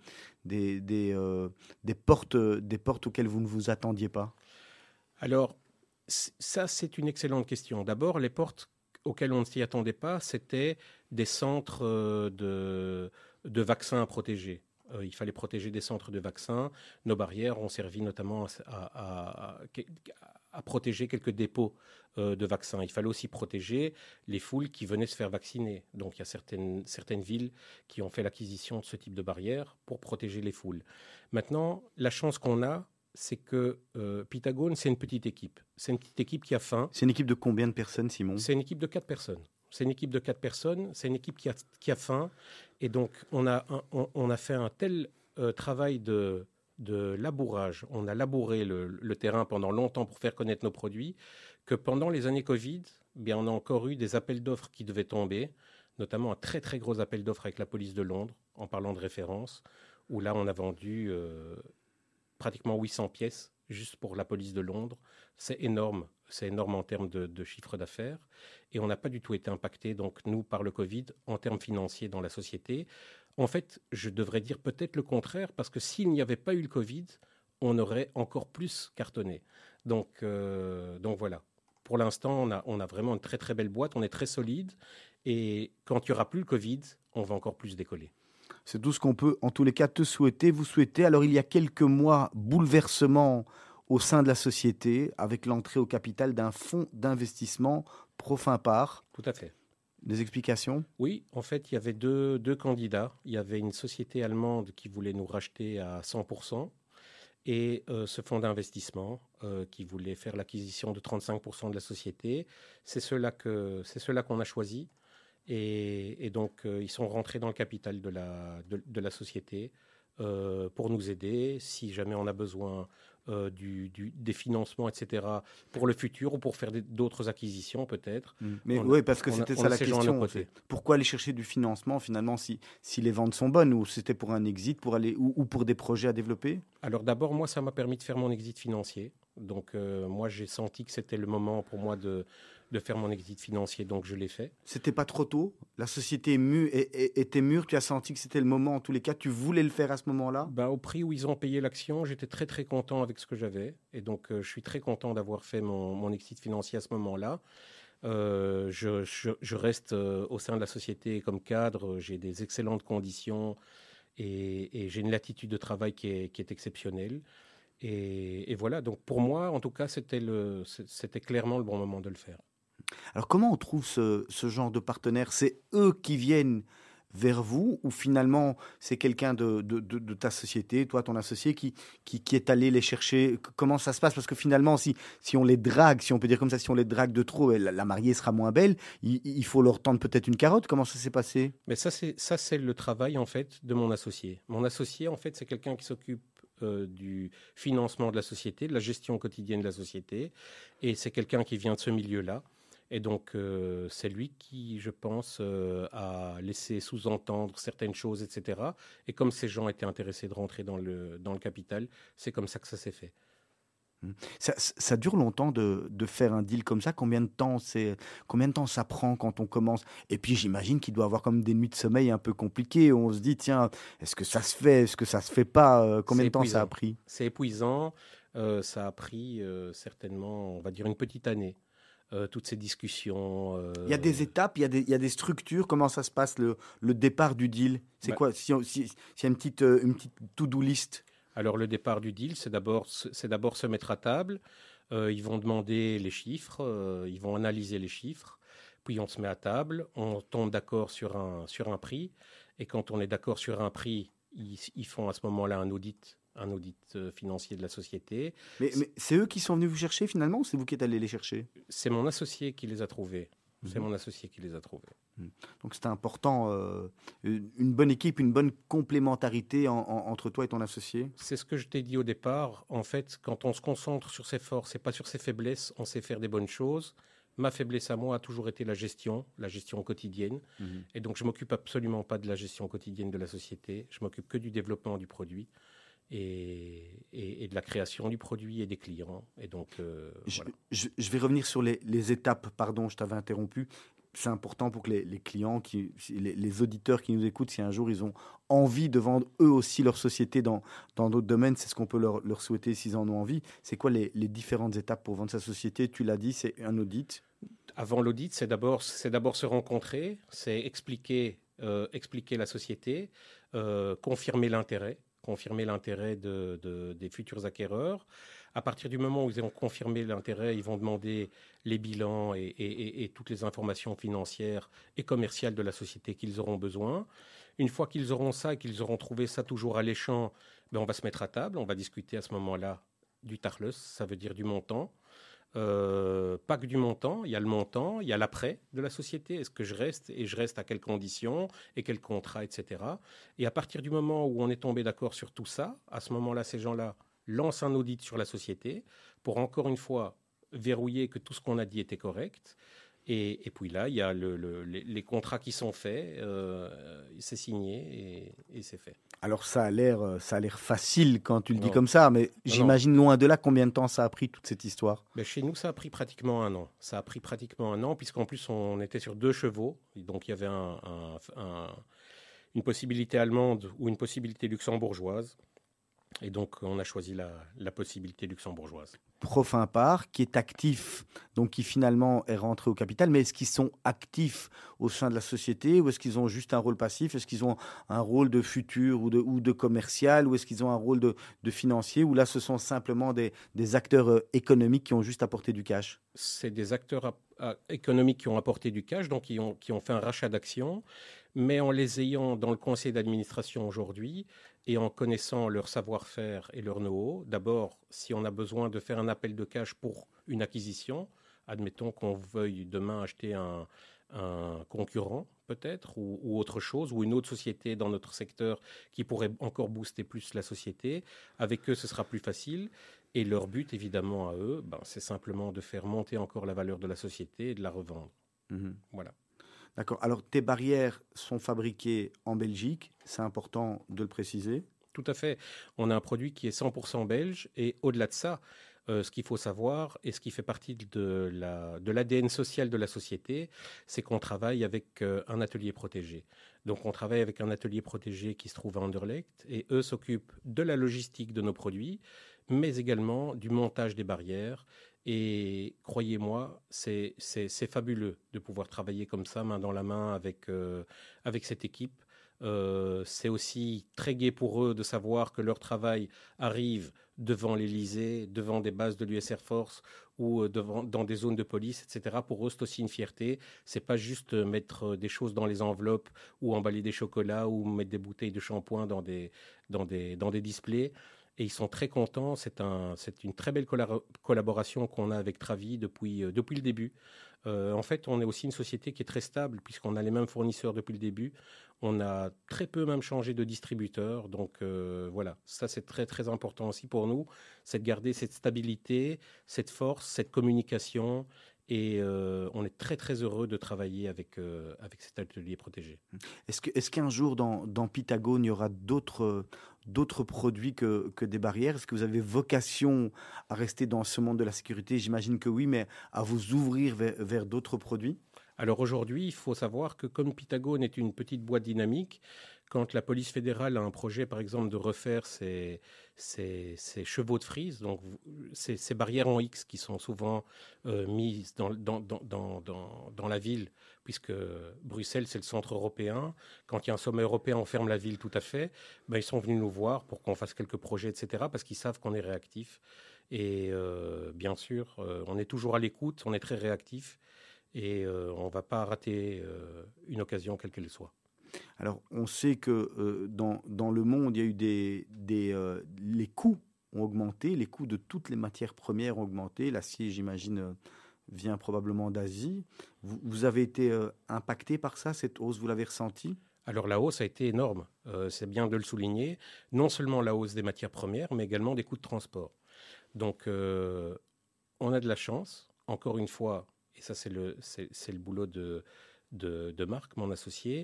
portes auxquelles vous ne vous attendiez pas ? Alors, ça, c'est une excellente question. D'abord, les portes auxquelles on ne s'y attendait pas, c'était des centres de vaccins à protéger. Il fallait protéger des centres de vaccins. Nos barrières ont servi notamment à protéger quelques dépôts de vaccins. Il fallait aussi protéger les foules qui venaient se faire vacciner. Donc il y a certaines villes qui ont fait l'acquisition de ce type de barrières pour protéger les foules. Maintenant, la chance qu'on a, c'est que Pythagone, c'est une petite équipe. C'est une petite équipe qui a faim. C'est une équipe de combien de personnes, Simon ? C'est une équipe de 4 personnes. C'est une équipe qui a faim. Et donc, on a fait un tel travail de labourage. On a labouré le terrain pendant longtemps pour faire connaître nos produits, que pendant les années Covid, on a encore eu des appels d'offres qui devaient tomber, notamment un très, très gros appel d'offres avec la police de Londres, en parlant de référence, où là, on a vendu pratiquement 800 pièces juste pour la police de Londres. C'est énorme en termes de chiffre d'affaires. Et on n'a pas du tout été impacté, donc nous, par le Covid, en termes financiers dans la société. En fait, je devrais dire peut-être le contraire, parce que s'il n'y avait pas eu le Covid, on aurait encore plus cartonné. Donc voilà. Pour l'instant, on a vraiment une très très belle boîte, on est très solide. Et quand il n'y aura plus le Covid, on va encore plus décoller. C'est tout ce qu'on peut, en tous les cas, te souhaiter, vous souhaiter. Alors, il y a quelques mois, bouleversement au sein de la société, avec l'entrée au capital d'un fonds d'investissement Profinpar. Tout à fait. Des explications ? Oui, en fait, il y avait deux candidats. Il y avait une société allemande qui voulait nous racheter à 100%, et ce fonds d'investissement qui voulait faire l'acquisition de 35% de la société. C'est ceux-là qu'on a choisi. Et donc, ils sont rentrés dans le capital de la société pour nous aider, si jamais on a besoin des financements, etc., pour le futur, ou pour faire d'autres acquisitions, peut-être. Mais oui, parce que c'était ça la question. Pourquoi aller chercher du financement, finalement, si les ventes sont bonnes, ou c'était pour un exit, pour aller, ou pour des projets à développer ? Alors d'abord, moi, ça m'a permis de faire mon exit financier. Donc, moi, j'ai senti que c'était le moment pour moi de faire mon exit financier, donc je l'ai fait. C'était pas trop tôt ? La société était mûre, tu as senti que c'était le moment, en tous les cas, tu voulais le faire à ce moment-là ? Au prix où ils ont payé l'action, j'étais très très content avec ce que j'avais, et donc je suis très content d'avoir fait mon exit financier à ce moment-là. Je reste au sein de la société comme cadre, j'ai des excellentes conditions, et j'ai une latitude de travail qui est exceptionnelle. Et voilà, donc pour moi, en tout cas, c'était clairement le bon moment de le faire. Alors comment on trouve ce genre de partenaire ? C'est eux qui viennent vers vous, ou finalement c'est quelqu'un de ta société, toi, ton associé, qui est allé les chercher ? Comment ça se passe ? Parce que finalement, si on les drague, si on peut dire comme ça, si on les drague de trop, la mariée sera moins belle, il faut leur tendre peut-être une carotte. Comment ça s'est passé ? Mais ça, c'est le travail, en fait, de mon associé. Mon associé, en fait, c'est quelqu'un qui s'occupe du financement de la société, de la gestion quotidienne de la société, et c'est quelqu'un qui vient de ce milieu-là. Et donc, c'est lui qui, je pense, a laissé sous-entendre certaines choses, etc. Et comme ces gens étaient intéressés de rentrer dans le capital, c'est comme ça que ça s'est fait. Ça dure longtemps de faire un deal comme ça ? Combien de temps ça prend quand on commence ? Et puis, j'imagine qu'il doit y avoir comme des nuits de sommeil un peu compliquées, où on se dit, tiens, est-ce que ça se fait ? Est-ce que ça se fait pas ? Combien de temps ça a pris ? C'est épuisant. Ça a pris certainement, on va dire, une petite année. Toutes ces discussions. Il y a des étapes, il y a des structures. Comment ça se passe, le départ du deal ? C'est quoi ? Si y a une petite to-do list ? Alors le départ du deal, c'est d'abord se mettre à table. Ils vont demander les chiffres, ils vont analyser les chiffres. Puis on se met à table, on tombe d'accord sur un prix. Et quand on est d'accord sur un prix, ils font à ce moment-là un audit financier de la société. Mais c'est eux qui sont venus vous chercher finalement ou c'est vous qui êtes allé les chercher? C'est mon associé qui les a trouvés. C'est mon associé qui les a trouvés. Donc c'est important, une bonne équipe, une bonne complémentarité entre toi et ton associé. C'est ce que je t'ai dit au départ. En fait, quand on se concentre sur ses forces et pas sur ses faiblesses, on sait faire des bonnes choses. Ma faiblesse à moi a toujours été la gestion quotidienne. Et donc je m'occupe absolument pas de la gestion quotidienne de la société. Je m'occupe que du développement du produit. Et de la création du produit et des clients. Et donc, voilà. Je vais revenir sur les étapes. Pardon, je t'avais interrompu. C'est important pour que les clients, les auditeurs qui nous écoutent, si un jour ils ont envie de vendre eux aussi leur société dans d'autres domaines, c'est ce qu'on peut leur souhaiter s'ils en ont envie. C'est quoi les différentes étapes pour vendre sa société? Tu l'as dit, c'est un audit. Avant l'audit, c'est d'abord se rencontrer, c'est expliquer la société, confirmer l'intérêt des futurs acquéreurs. À partir du moment où ils ont confirmé l'intérêt, ils vont demander les bilans et toutes les informations financières et commerciales de la société qu'ils auront besoin. Une fois qu'ils auront ça et qu'ils auront trouvé ça toujours alléchant, on va se mettre à table, on va discuter à ce moment-là du tarlus, ça veut dire du montant. Pas que du montant, il y a le montant, il y a l'après de la société, est-ce que je reste à quelles conditions et quel contrat, etc. Et à partir du moment où on est tombé d'accord sur tout ça, à ce moment-là, ces gens-là lancent un audit sur la société pour encore une fois verrouiller que tout ce qu'on a dit était correct. Et puis là, il y a les contrats qui sont faits, c'est signé et c'est fait. Alors ça a l'air facile quand tu le dis comme ça, mais j'imagine loin de là combien de temps ça a pris toute cette histoire. Chez nous, ça a pris pratiquement un an. Ça a pris pratiquement un an, puisqu'en plus on était sur 2 chevaux. Donc il y avait une possibilité allemande ou une possibilité luxembourgeoise. Et donc, on a choisi la possibilité luxembourgeoise. Profinpar, qui est actif, donc qui finalement est rentré au capital, mais est-ce qu'ils sont actifs au sein de la société ou est-ce qu'ils ont juste un rôle passif? Est-ce qu'ils ont un rôle de futur ou de commercial ou est-ce qu'ils ont un rôle de financier ou là, ce sont simplement des acteurs économiques qui ont juste apporté du cash? C'est des acteurs économiques qui ont apporté du cash, donc qui ont fait un rachat d'actions, mais en les ayant dans le conseil d'administration aujourd'hui, et en connaissant leur savoir-faire et leur know-how. D'abord, si on a besoin de faire un appel de cash pour une acquisition, admettons qu'on veuille demain acheter un concurrent peut-être ou autre chose, ou une autre société dans notre secteur qui pourrait encore booster plus la société, avec eux ce sera plus facile. Et leur but évidemment à eux, c'est simplement de faire monter encore la valeur de la société et de la revendre. Voilà. D'accord. Alors, tes barrières sont fabriquées en Belgique, c'est important de le préciser. Tout à fait. On a un produit qui est 100% belge et au-delà de ça, ce qu'il faut savoir et ce qui fait partie de l'ADN social de la société, c'est qu'on travaille avec un atelier protégé. Donc, on travaille avec un atelier protégé qui se trouve à Anderlecht et eux s'occupent de la logistique de nos produits, mais également du montage des barrières. Et croyez-moi, c'est fabuleux de pouvoir travailler comme ça, main dans la main avec cette équipe. C'est aussi très gai pour eux de savoir que leur travail arrive devant l'Élysée, devant des bases de l'US Air Force ou dans des zones de police, etc. Pour eux, c'est aussi une fierté. C'est pas juste mettre des choses dans les enveloppes ou emballer des chocolats ou mettre des bouteilles de shampoing dans des displays. Et ils sont très contents. C'est une très belle collaboration qu'on a avec Travi depuis le début. En fait, on est aussi une société qui est très stable puisqu'on a les mêmes fournisseurs depuis le début. On a très peu même changé de distributeur. Donc voilà, ça c'est très très important aussi pour nous. C'est de garder cette stabilité, cette force, cette communication. Et on est très très heureux de travailler avec cet atelier protégé. Est-ce qu'un jour dans Pitagone, il y aura d'autres produits que des barrières? Est-ce que vous avez vocation à rester dans ce monde de la sécurité? J'imagine que oui, mais à vous ouvrir vers d'autres produits? Alors aujourd'hui, il faut savoir que comme Pitagone est une petite boîte dynamique, Quand la police fédérale a un projet, par exemple, de refaire ses chevaux de frise, donc ces barrières en X qui sont souvent mises dans la ville, puisque Bruxelles, c'est le centre européen. Quand il y a un sommet européen, on ferme la ville tout à fait. Ben, ils sont venus nous voir pour qu'on fasse quelques projets, etc., parce qu'ils savent qu'on est réactif. Et bien sûr, on est toujours à l'écoute, on est très réactif, et on ne va pas rater une occasion, quelle qu'elle soit. Alors, on sait que dans le monde, il y a eu les coûts ont augmenté, les coûts de toutes les matières premières ont augmenté. L'acier, j'imagine, vient probablement d'Asie. Vous avez été impacté par ça, cette hausse, vous l'avez ressenti ? Alors la hausse a été énorme, c'est bien de le souligner. Non seulement la hausse des matières premières, mais également des coûts de transport. Donc on a de la chance, encore une fois, et ça c'est le boulot de Marc, mon associé.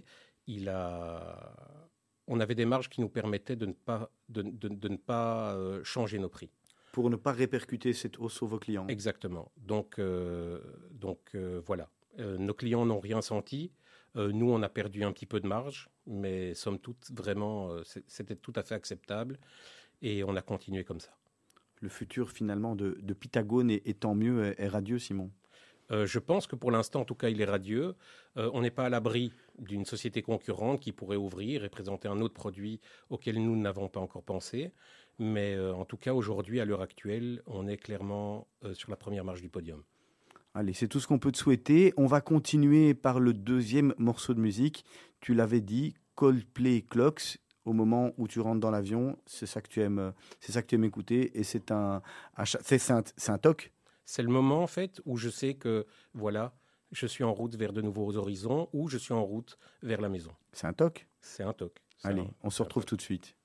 On avait des marges qui nous permettaient de ne pas changer nos prix. Pour ne pas répercuter cette hausse sur vos clients. Exactement. Donc voilà. Nos clients n'ont rien senti. Nous, on a perdu un petit peu de marge, mais somme toute, vraiment, c'était tout à fait acceptable. Et on a continué comme ça. Le futur, finalement, de Pythagone est tant mieux, est radieux, Simon. Je pense que pour l'instant, en tout cas, il est radieux. On n'est pas à l'abri d'une société concurrente qui pourrait ouvrir et présenter un autre produit auquel nous n'avons pas encore pensé. Mais en tout cas, aujourd'hui, à l'heure actuelle, on est clairement sur la première marche du podium. Allez, c'est tout ce qu'on peut te souhaiter. On va continuer par le deuxième morceau de musique. Tu l'avais dit, Coldplay Clocks. Au moment où tu rentres dans l'avion, c'est ça que tu aimes écouter. Et c'est un toc. C'est le moment, en fait, où je sais que, voilà, je suis en route vers de nouveaux horizons ou je suis en route vers la maison. C'est un toc ? C'est un toc. Allez, on se retrouve tout de suite.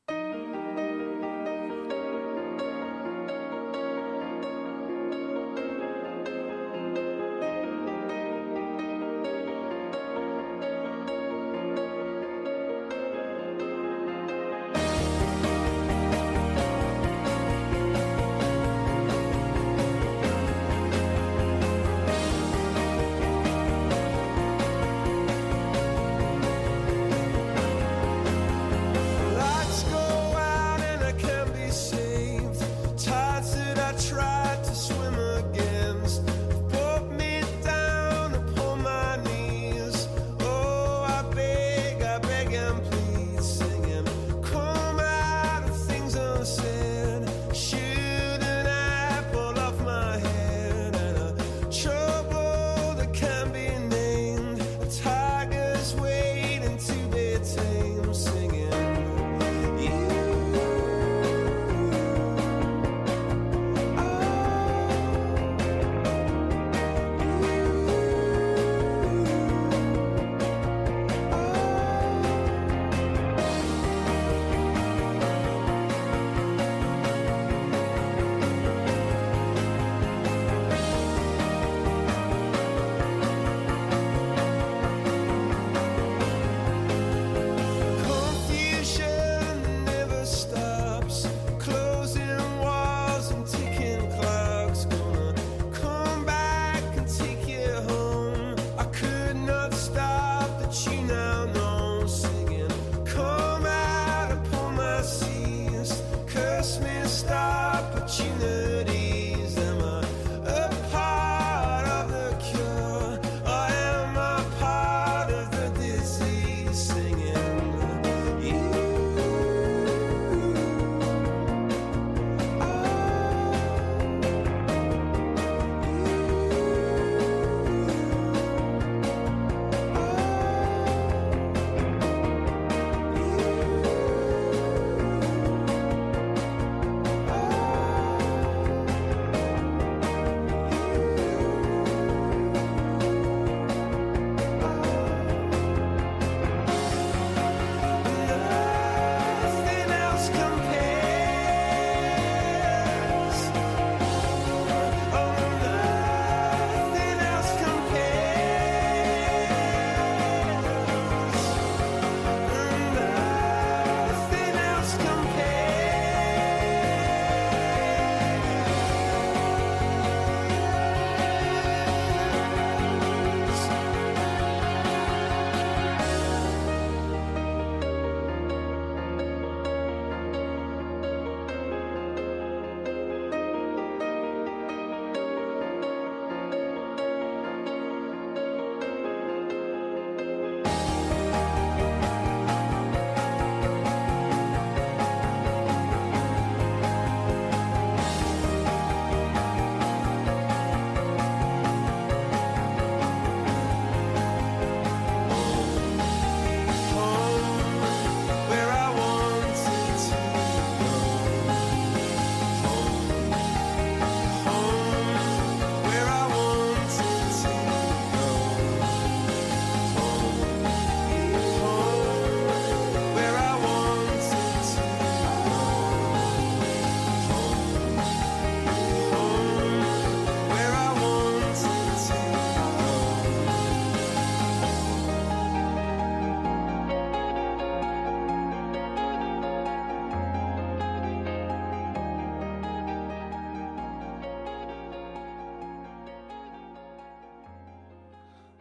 Let's go.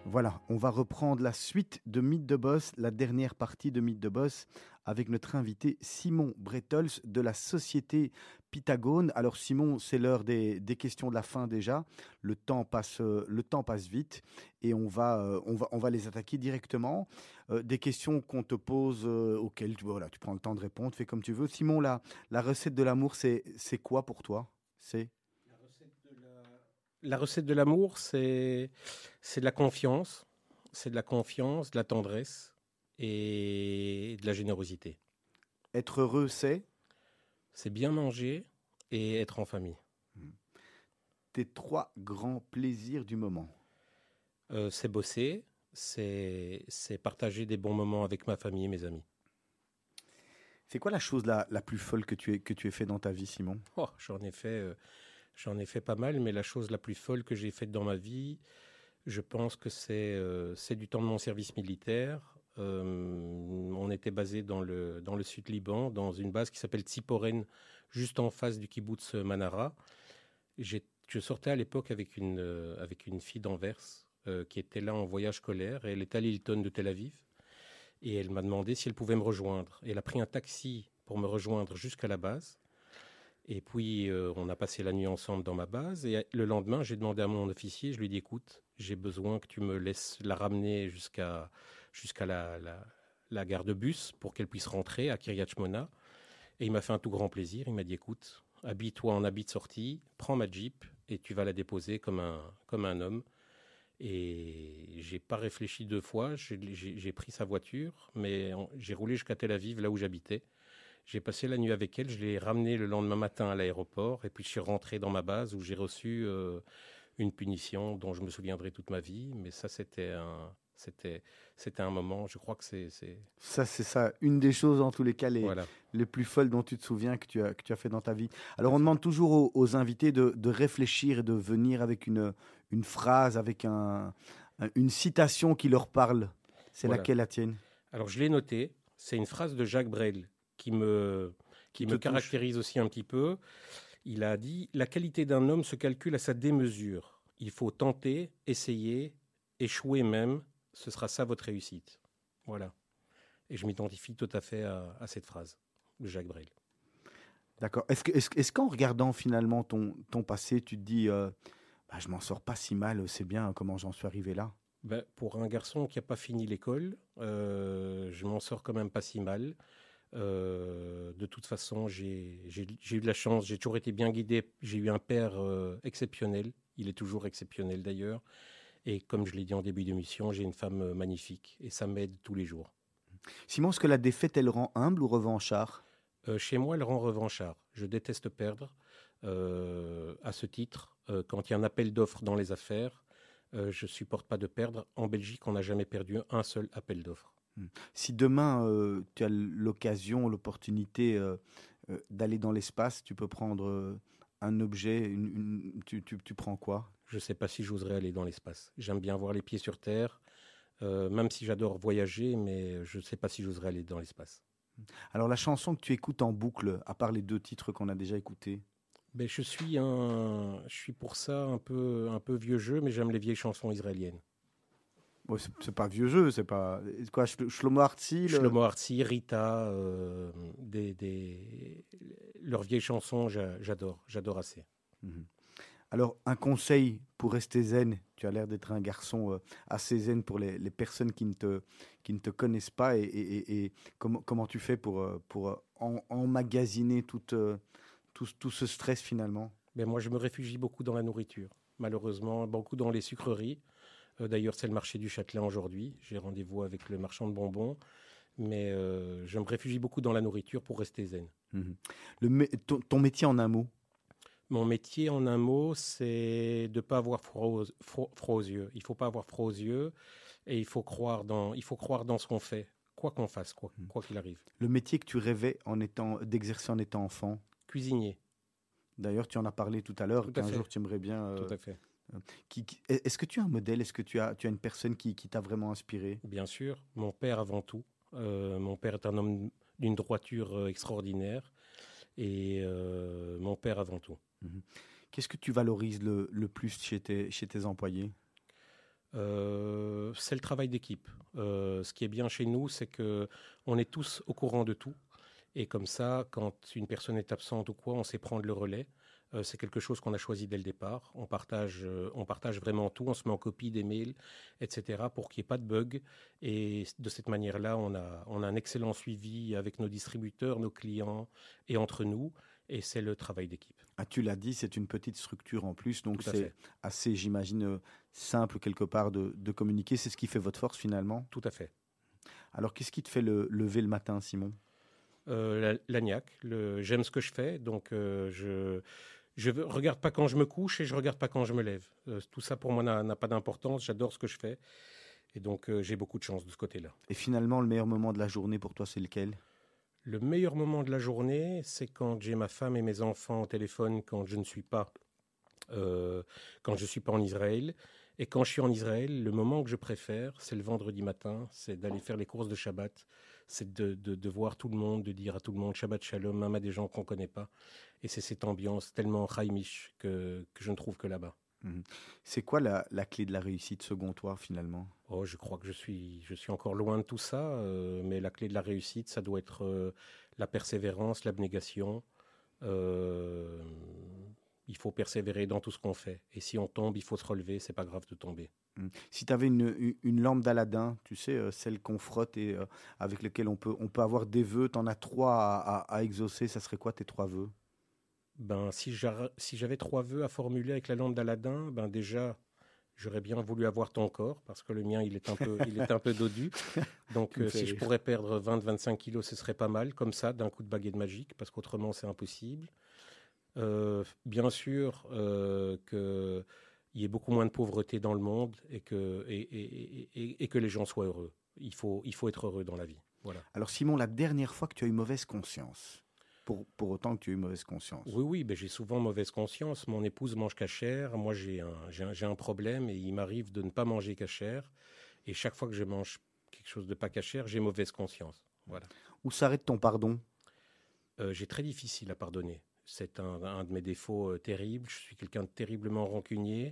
Voilà, on va reprendre la suite de Mythe de Boss, la dernière partie de Mythe de Boss, avec notre invité Simon Brettels de la société Pythagone. Alors Simon, c'est l'heure des questions de la fin déjà. Le temps passe vite et on va les attaquer directement. Des questions qu'on te pose, auxquelles tu prends le temps de répondre, fais comme tu veux. Simon, la recette de l'amour, c'est quoi pour toi? La recette de l'amour, c'est de la confiance. C'est de la confiance, de la tendresse et de la générosité. Être heureux, c'est bien manger et être en famille. Tes 3 grands plaisirs du moment. C'est bosser, c'est partager des bons moments avec ma famille et mes amis. C'est quoi la chose la plus folle que tu aies fait dans ta vie, Simon? J'en ai fait pas mal, mais la chose la plus folle que j'ai faite dans ma vie, je pense que c'est du temps de mon service militaire. On était basé dans le sud Liban, dans une base qui s'appelle Tsiporen, juste en face du kibbutz Manara. Je sortais à l'époque avec une fille d'Anvers qui était là en voyage scolaire, et elle est à l'Hilton de Tel Aviv. Et elle m'a demandé si elle pouvait me rejoindre. Elle a pris un taxi pour me rejoindre jusqu'à la base. Et puis, on a passé la nuit ensemble dans ma base. Et le lendemain, j'ai demandé à mon officier, je lui ai dit, écoute, j'ai besoin que tu me laisses la ramener jusqu'à la gare de bus pour qu'elle puisse rentrer à Kiryat Shmona. Et il m'a fait un tout grand plaisir. Il m'a dit, écoute, habille-toi en habit de sortie, prends ma Jeep et tu vas la déposer comme un homme. Et j'ai pas réfléchi 2 fois. J'ai pris sa voiture, mais j'ai roulé jusqu'à Tel Aviv, là où j'habitais. J'ai passé la nuit avec elle, je l'ai ramenée le lendemain matin à l'aéroport et puis je suis rentré dans ma base où j'ai reçu une punition dont je me souviendrai toute ma vie. Mais ça, c'était un moment, je crois que c'est... Ça, c'est ça, une des choses en tous les cas Voilà. les plus folles dont tu te souviens que tu as fait dans ta vie. Alors on demande toujours aux invités de réfléchir et de venir avec une phrase, avec une citation qui leur parle. C'est Voilà. laquelle la tienne? Alors je l'ai noté, c'est une phrase de Jacques Brel qui me caractérise aussi un petit peu. Il a dit « La qualité d'un homme se calcule à sa démesure. Il faut tenter, essayer, échouer même. Ce sera ça votre réussite. » Voilà. Et je m'identifie tout à fait à cette phrase de Jacques Brel. D'accord. Est-ce qu'en regardant finalement ton passé, tu te dis je m'en sors pas si mal, c'est bien comment j'en suis arrivé là? Pour un garçon qui n'a pas fini l'école, je m'en sors quand même pas si mal. De toute façon, j'ai eu de la chance, j'ai toujours été bien guidé. J'ai eu un père exceptionnel, il est toujours exceptionnel d'ailleurs. Et comme je l'ai dit en début d'émission, j'ai une femme magnifique et ça m'aide tous les jours. Simon, est-ce que la défaite, elle rend humble ou revanchard? Chez moi, elle rend revanchard. Je déteste perdre. À ce titre, quand il y a un appel d'offres dans les affaires, je ne supporte pas de perdre. En Belgique, on n'a jamais perdu un seul appel d'offres. Si demain, tu as l'occasion, l'opportunité d'aller dans l'espace, tu peux prendre un objet, tu prends quoi? Je ne sais pas si j'oserais aller dans l'espace. J'aime bien avoir les pieds sur Terre, même si j'adore voyager, mais je ne sais pas si j'oserais aller dans l'espace. Alors la chanson que tu écoutes en boucle, à part les 2 titres qu'on a déjà écoutés? Je suis pour ça un peu vieux jeu, mais j'aime les vieilles chansons israéliennes. Ouais, c'est pas vieux jeu, c'est pas quoi, Shlomo Artzi, Shlomo Artzi, Rita, leurs vieilles chansons, j'adore assez. Alors, un conseil pour rester zen. Tu as l'air d'être un garçon assez zen pour les personnes qui ne te connaissent pas. Et comment tu fais pour emmagasiner tout ce stress finalement? Moi, je me réfugie beaucoup dans la nourriture. Malheureusement, beaucoup dans les sucreries. D'ailleurs, c'est le marché du Châtelet aujourd'hui. J'ai rendez-vous avec le marchand de bonbons. Mais je me réfugie beaucoup dans la nourriture pour rester zen. Ton métier en un mot? Mon métier, en un mot, c'est de ne pas avoir froid aux yeux. Il ne faut pas avoir froid aux yeux et il faut croire dans ce qu'on fait, quoi qu'on fasse, quoi qu'il arrive. Le métier que tu rêvais d'exercer en étant enfant? Cuisinier. D'ailleurs, tu en as parlé tout à l'heure, qu'un jour tu aimerais bien... Tout à fait. Est-ce que tu as un modèle? Est-ce que tu as une personne qui t'a vraiment inspiré? Bien sûr, mon père avant tout. Mon père est un homme d'une droiture extraordinaire et mon père avant tout. Qu'est-ce que tu valorises le plus chez tes employés? C'est le travail d'équipe. Ce qui est bien chez nous, c'est qu'on est tous au courant de tout. Et comme ça, quand une personne est absente ou quoi, on sait prendre le relais. C'est quelque chose qu'on a choisi dès le départ. On partage vraiment tout. On se met en copie des mails, etc. pour qu'il n'y ait pas de bug. Et de cette manière-là, on a un excellent suivi avec nos distributeurs, nos clients et entre nous. Et c'est le travail d'équipe. Ah, tu l'as dit, c'est une petite structure en plus. Donc Tout à c'est fait. assez, j'imagine, simple quelque part de communiquer. C'est ce qui fait votre force finalement. Tout à fait. Alors qu'est-ce qui te fait lever le matin, Simon? L'agnac, j'aime ce que je fais, donc je regarde pas quand je me couche et je regarde pas quand je me lève. Tout ça pour moi n'a pas d'importance, j'adore ce que je fais et donc j'ai beaucoup de chance de ce côté-là. Et finalement, le meilleur moment de la journée pour toi, c'est lequel? Le meilleur moment de la journée, c'est quand j'ai ma femme et mes enfants au téléphone, quand je suis pas en Israël. Et quand je suis en Israël, le moment que je préfère, c'est le vendredi matin, c'est d'aller faire les courses de Shabbat, c'est de voir tout le monde, de dire à tout le monde Shabbat Shalom, même à des gens qu'on ne connaît pas. Et c'est cette ambiance tellement chaimish que je ne trouve que là-bas. C'est quoi la clé de la réussite selon toi finalement? Oh, je crois que je suis encore loin de tout ça, mais la clé de la réussite, ça doit être la persévérance, l'abnégation. Il faut persévérer dans tout ce qu'on fait. Et si on tombe, il faut se relever. C'est pas grave de tomber. Si tu avais une lampe d'Aladin, tu sais, celle qu'on frotte et avec laquelle on peut avoir des vœux, tu en as 3 à exaucer, ça serait quoi tes 3 vœux? Ben, si j'avais 3 vœux à formuler avec la lampe d'Aladin, ben déjà, j'aurais bien voulu avoir ton corps, parce que le mien, il est un peu dodu. Donc, si je pourrais perdre 20-25 kilos, ce serait pas mal, comme ça, d'un coup de baguette magique, parce qu'autrement, c'est impossible. Bien sûr qu'il y ait beaucoup moins de pauvreté dans le monde et que les gens soient heureux. Il faut être heureux dans la vie. Voilà. Alors Simon, la dernière fois que tu as eu mauvaise conscience, pour autant que tu as eu mauvaise conscience. Oui, ben, j'ai souvent mauvaise conscience. Mon épouse mange cachère. Moi, j'ai un problème et il m'arrive de ne pas manger cachère. Et chaque fois que je mange quelque chose de pas cachère, j'ai mauvaise conscience. Voilà. Où s'arrête ton pardon? J'ai très difficile à pardonner. C'est un de mes défauts terribles. Je suis quelqu'un de terriblement rancunier.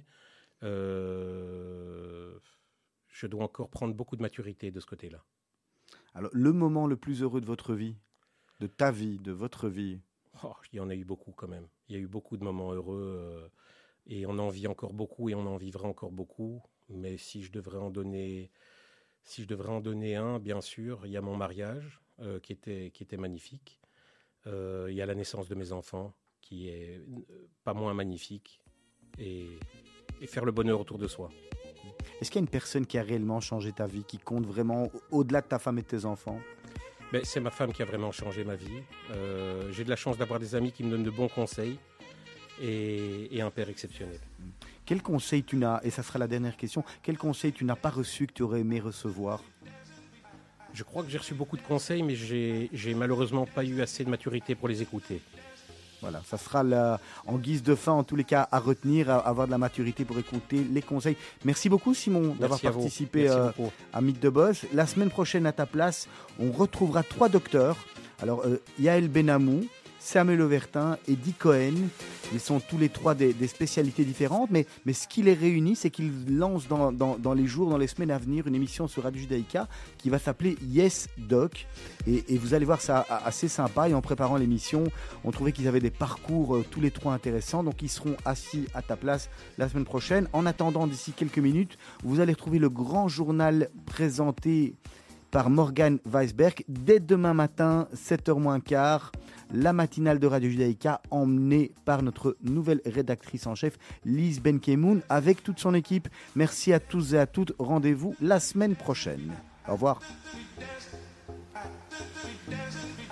Je dois encore prendre beaucoup de maturité de ce côté-là. Alors, le moment le plus heureux de votre vie, de ta vie, de votre vie? Il y en a eu beaucoup quand même. Il y a eu beaucoup de moments heureux et on en vit encore beaucoup et on en vivra encore beaucoup. Mais si je devrais en donner un, bien sûr, il y a mon mariage qui était magnifique. Il y a la naissance de mes enfants, qui est pas moins magnifique, et faire le bonheur autour de soi. Est-ce qu'il y a une personne qui a réellement changé ta vie, qui compte vraiment au-delà de ta femme et de tes enfants? C'est ma femme qui a vraiment changé ma vie. J'ai de la chance d'avoir des amis qui me donnent de bons conseils et un père exceptionnel. Quel conseil tu n'as, et ça sera la dernière question, quel conseil tu n'as pas reçu que tu aurais aimé recevoir? Je crois que j'ai reçu beaucoup de conseils, mais j'ai malheureusement pas eu assez de maturité pour les écouter. Voilà, ça sera en guise de fin, en tous les cas, à retenir, à avoir de la maturité pour écouter les conseils. Merci beaucoup, Simon, d'avoir participé à Mythe de Boss. La semaine prochaine, à ta place, on retrouvera 3 docteurs. Alors, Yael Benamou, Samuel Auvertin et Dick Cohen. Ils sont tous les 3 des spécialités différentes, mais ce qui les réunit, c'est qu'ils lancent dans les jours, dans les semaines à venir, une émission sur Radio Judaïka qui va s'appeler Yes Doc. Et vous allez voir ça assez sympa. Et en préparant l'émission, on trouvait qu'ils avaient des parcours tous les 3 intéressants. Donc ils seront assis à ta place la semaine prochaine. En attendant, d'ici quelques minutes, vous allez retrouver le grand journal présenté par Morgan Weisberg. Dès demain matin, 7h moins quart, la matinale de Radio Judaïka emmenée par notre nouvelle rédactrice en chef, Lise Benkemoun, avec toute son équipe. Merci à tous et à toutes. Rendez-vous la semaine prochaine. Au revoir.